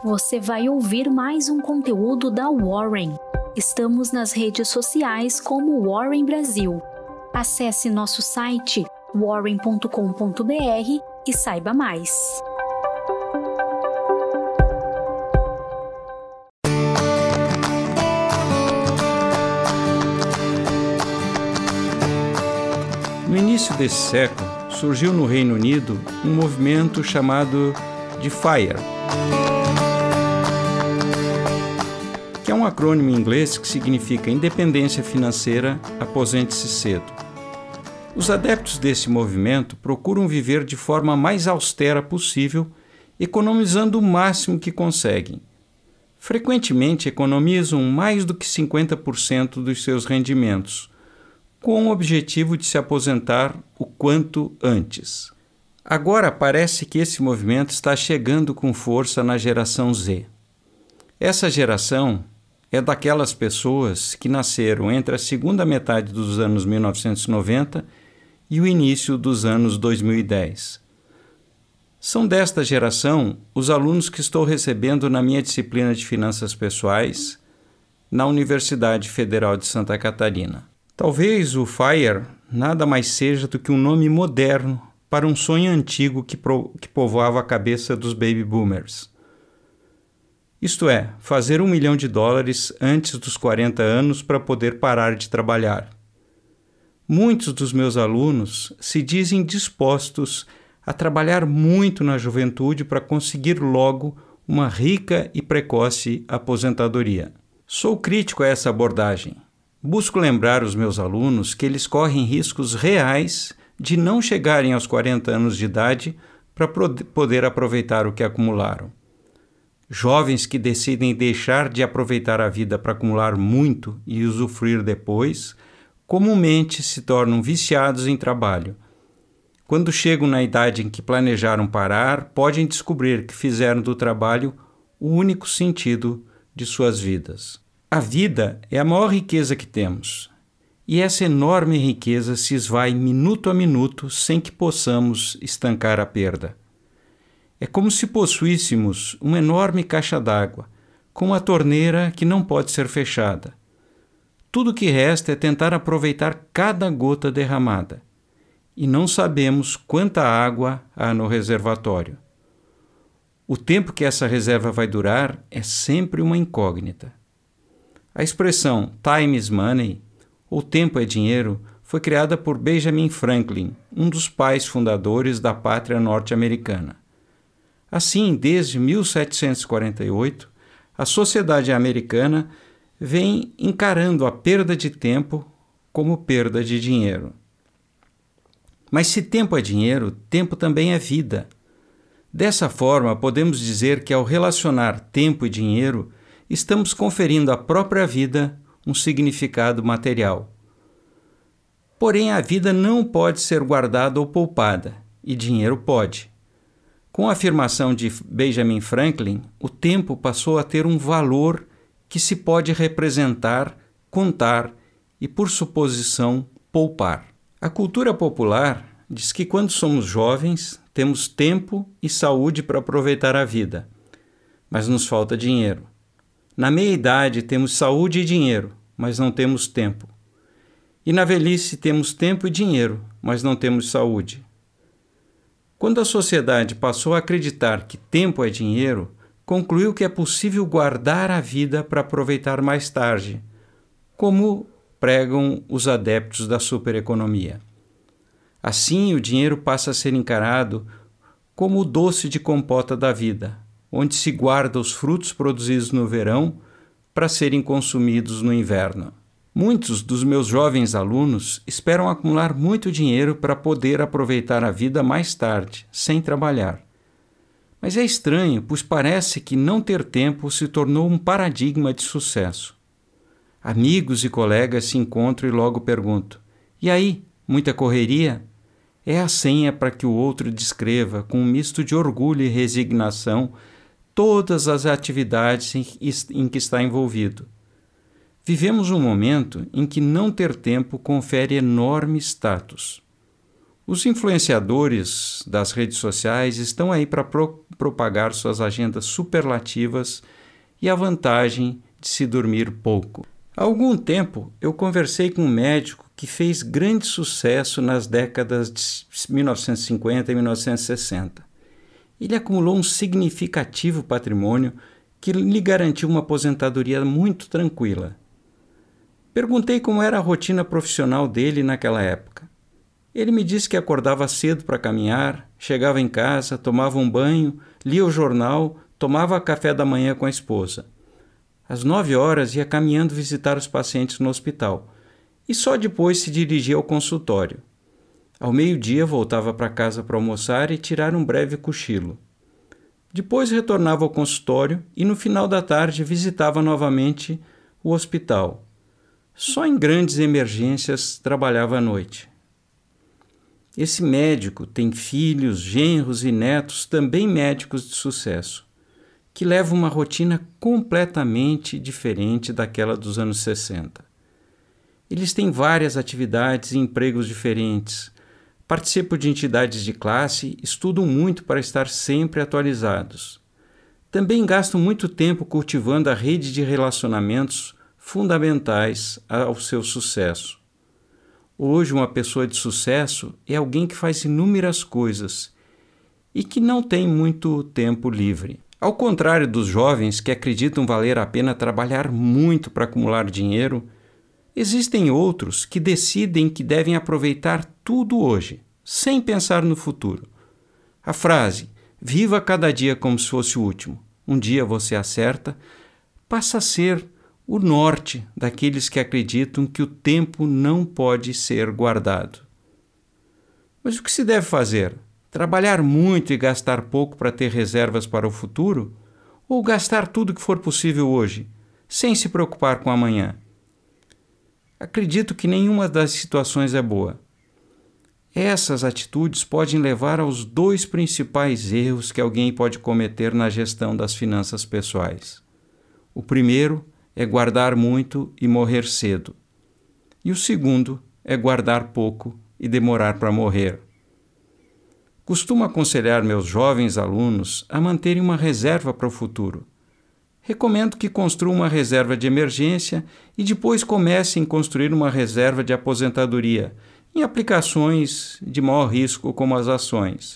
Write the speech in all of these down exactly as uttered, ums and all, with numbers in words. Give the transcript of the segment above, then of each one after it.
você vai ouvir mais um conteúdo da Warren. Estamos nas redes sociais como Warren Brasil. Acesse nosso site warren ponto com ponto b r e saiba mais. No início desse século, surgiu no Reino Unido um movimento chamado de FIRE, que é um acrônimo em inglês que significa Independência Financeira, Aposente-se Cedo. Os adeptos desse movimento procuram viver de forma mais austera possível, economizando o máximo que conseguem. Frequentemente economizam mais do que cinquenta por cento dos seus rendimentos, com o objetivo de se aposentar o quanto antes. Agora parece que esse movimento está chegando com força na geração Z. Essa geração é daquelas pessoas que nasceram entre a segunda metade dos anos mil novecentos e noventa e o início dos anos dois mil e dez. São desta geração os alunos que estou recebendo na minha disciplina de Finanças Pessoais na Universidade Federal de Santa Catarina. Talvez o FIRE nada mais seja do que um nome moderno para um sonho antigo que, pro, que povoava a cabeça dos baby boomers. Isto é, fazer um milhão de dólares antes dos quarenta anos para poder parar de trabalhar. Muitos dos meus alunos se dizem dispostos a trabalhar muito na juventude para conseguir logo uma rica e precoce aposentadoria. Sou crítico a essa abordagem. Busco lembrar os meus alunos que eles correm riscos reais de não chegarem aos quarenta anos de idade para poder aproveitar o que acumularam. Jovens que decidem deixar de aproveitar a vida para acumular muito e usufruir depois, comumente se tornam viciados em trabalho. Quando chegam na idade em que planejaram parar, podem descobrir que fizeram do trabalho o único sentido de suas vidas. A vida é a maior riqueza que temos, e essa enorme riqueza se esvai minuto a minuto sem que possamos estancar a perda. É como se possuíssemos uma enorme caixa d'água, com uma torneira que não pode ser fechada. Tudo o que resta é tentar aproveitar cada gota derramada, e não sabemos quanta água há no reservatório. O tempo que essa reserva vai durar é sempre uma incógnita. A expressão time is money, ou tempo é dinheiro, foi criada por Benjamin Franklin, um dos pais fundadores da pátria norte-americana. Assim, desde mil setecentos e quarenta e oito, a sociedade americana vem encarando a perda de tempo como perda de dinheiro. Mas se tempo é dinheiro, tempo também é vida. Dessa forma, podemos dizer que ao relacionar tempo e dinheiro, estamos conferindo à própria vida um significado material. Porém, a vida não pode ser guardada ou poupada, e dinheiro pode. Com a afirmação de Benjamin Franklin, o tempo passou a ter um valor que se pode representar, contar e, por suposição, poupar. A cultura popular diz que quando somos jovens, temos tempo e saúde para aproveitar a vida, mas nos falta dinheiro. Na meia-idade temos saúde e dinheiro, mas não temos tempo. E na velhice temos tempo e dinheiro, mas não temos saúde. Quando a sociedade passou a acreditar que tempo é dinheiro, concluiu que é possível guardar a vida para aproveitar mais tarde, como pregam os adeptos da supereconomia. Assim, o dinheiro passa a ser encarado como o doce de compota da vida, onde se guarda os frutos produzidos no verão para serem consumidos no inverno. Muitos dos meus jovens alunos esperam acumular muito dinheiro para poder aproveitar a vida mais tarde, sem trabalhar. Mas é estranho, pois parece que não ter tempo se tornou um paradigma de sucesso. Amigos e colegas se encontram e logo perguntam: "E aí, muita correria?" É a senha para que o outro descreva, com um misto de orgulho e resignação, todas as atividades em que está envolvido. Vivemos um momento em que não ter tempo confere enorme status. Os influenciadores das redes sociais estão aí para pro- propagar suas agendas superlativas e a vantagem de se dormir pouco. Há algum tempo eu conversei com um médico que fez grande sucesso nas décadas de mil novecentos e cinquenta e mil novecentos e sessenta. Ele acumulou um significativo patrimônio que lhe garantiu uma aposentadoria muito tranquila. Perguntei como era a rotina profissional dele naquela época. Ele me disse que acordava cedo para caminhar, chegava em casa, tomava um banho, lia o jornal, tomava café da manhã com a esposa. Às nove horas ia caminhando visitar os pacientes no hospital e só depois se dirigia ao consultório. Ao meio-dia voltava para casa para almoçar e tirar um breve cochilo. Depois retornava ao consultório e no final da tarde visitava novamente o hospital. Só em grandes emergências trabalhava à noite. Esse médico tem filhos, genros e netos, também médicos de sucesso, que levam uma rotina completamente diferente daquela dos anos sessenta. Eles têm várias atividades e empregos diferentes, participam de entidades de classe, estudam muito para estar sempre atualizados. Também gastam muito tempo cultivando a rede de relacionamentos fundamentais ao seu sucesso. Hoje, uma pessoa de sucesso é alguém que faz inúmeras coisas e que não tem muito tempo livre. Ao contrário dos jovens que acreditam valer a pena trabalhar muito para acumular dinheiro, existem outros que decidem que devem aproveitar tudo hoje, sem pensar no futuro. A frase "viva cada dia como se fosse o último, um dia você acerta", passa a ser o norte daqueles que acreditam que o tempo não pode ser guardado. Mas o que se deve fazer? Trabalhar muito e gastar pouco para ter reservas para o futuro? Ou gastar tudo que for possível hoje, sem se preocupar com amanhã? Acredito que nenhuma das situações é boa. Essas atitudes podem levar aos dois principais erros que alguém pode cometer na gestão das finanças pessoais. O primeiro é guardar muito e morrer cedo. E o segundo é guardar pouco e demorar para morrer. Costumo aconselhar meus jovens alunos a manterem uma reserva para o futuro. Recomendo que construam uma reserva de emergência e depois comecem a construir uma reserva de aposentadoria em aplicações de maior risco como as ações.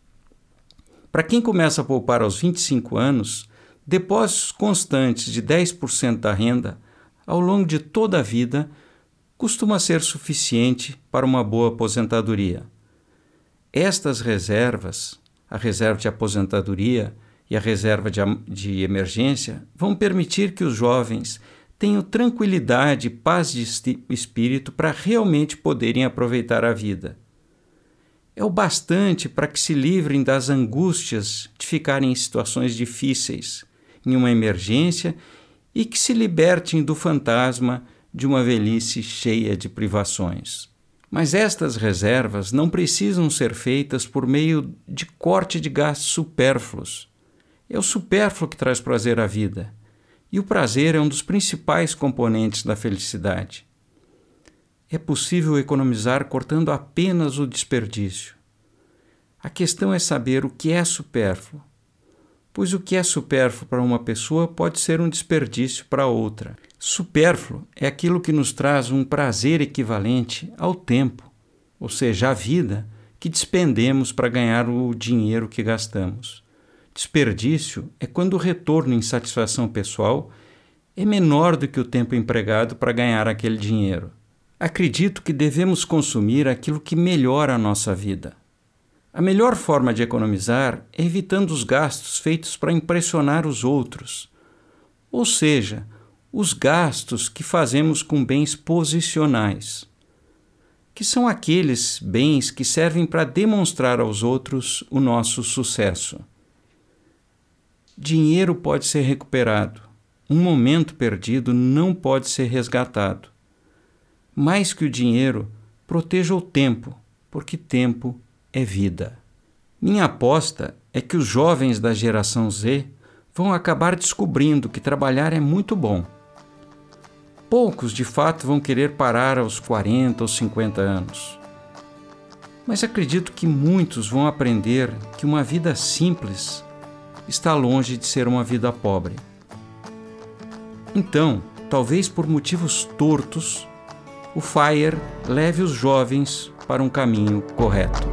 Para quem começa a poupar aos vinte e cinco anos, depósitos constantes de dez por cento da renda ao longo de toda a vida costuma ser suficiente para uma boa aposentadoria. Estas reservas, a reserva de aposentadoria e a reserva de, de emergência, vão permitir que os jovens tenham tranquilidade e paz de espírito para realmente poderem aproveitar a vida. É o bastante para que se livrem das angústias de ficarem em situações difíceis, em uma emergência, e que se libertem do fantasma de uma velhice cheia de privações. Mas estas reservas não precisam ser feitas por meio de corte de gastos supérfluos. É o supérfluo que traz prazer à vida, e o prazer é um dos principais componentes da felicidade. É possível economizar cortando apenas o desperdício. A questão é saber o que é supérfluo, pois o que é supérfluo para uma pessoa pode ser um desperdício para outra. Supérfluo é aquilo que nos traz um prazer equivalente ao tempo, ou seja, a vida que despendemos para ganhar o dinheiro que gastamos. Desperdício é quando o retorno em satisfação pessoal é menor do que o tempo empregado para ganhar aquele dinheiro. Acredito que devemos consumir aquilo que melhora a nossa vida. A melhor forma de economizar é evitando os gastos feitos para impressionar os outros, ou seja, os gastos que fazemos com bens posicionais, que são aqueles bens que servem para demonstrar aos outros o nosso sucesso. Dinheiro pode ser recuperado, um momento perdido não pode ser resgatado. Mais que o dinheiro, proteja o tempo, porque tempo é vida. Minha aposta é que os jovens da geração Z vão acabar descobrindo que trabalhar é muito bom. Poucos, de fato, vão querer parar aos quarenta ou cinquenta anos. Mas acredito que muitos vão aprender que uma vida simples está longe de ser uma vida pobre. Então, talvez por motivos tortos, o FIRE leve os jovens para um caminho correto.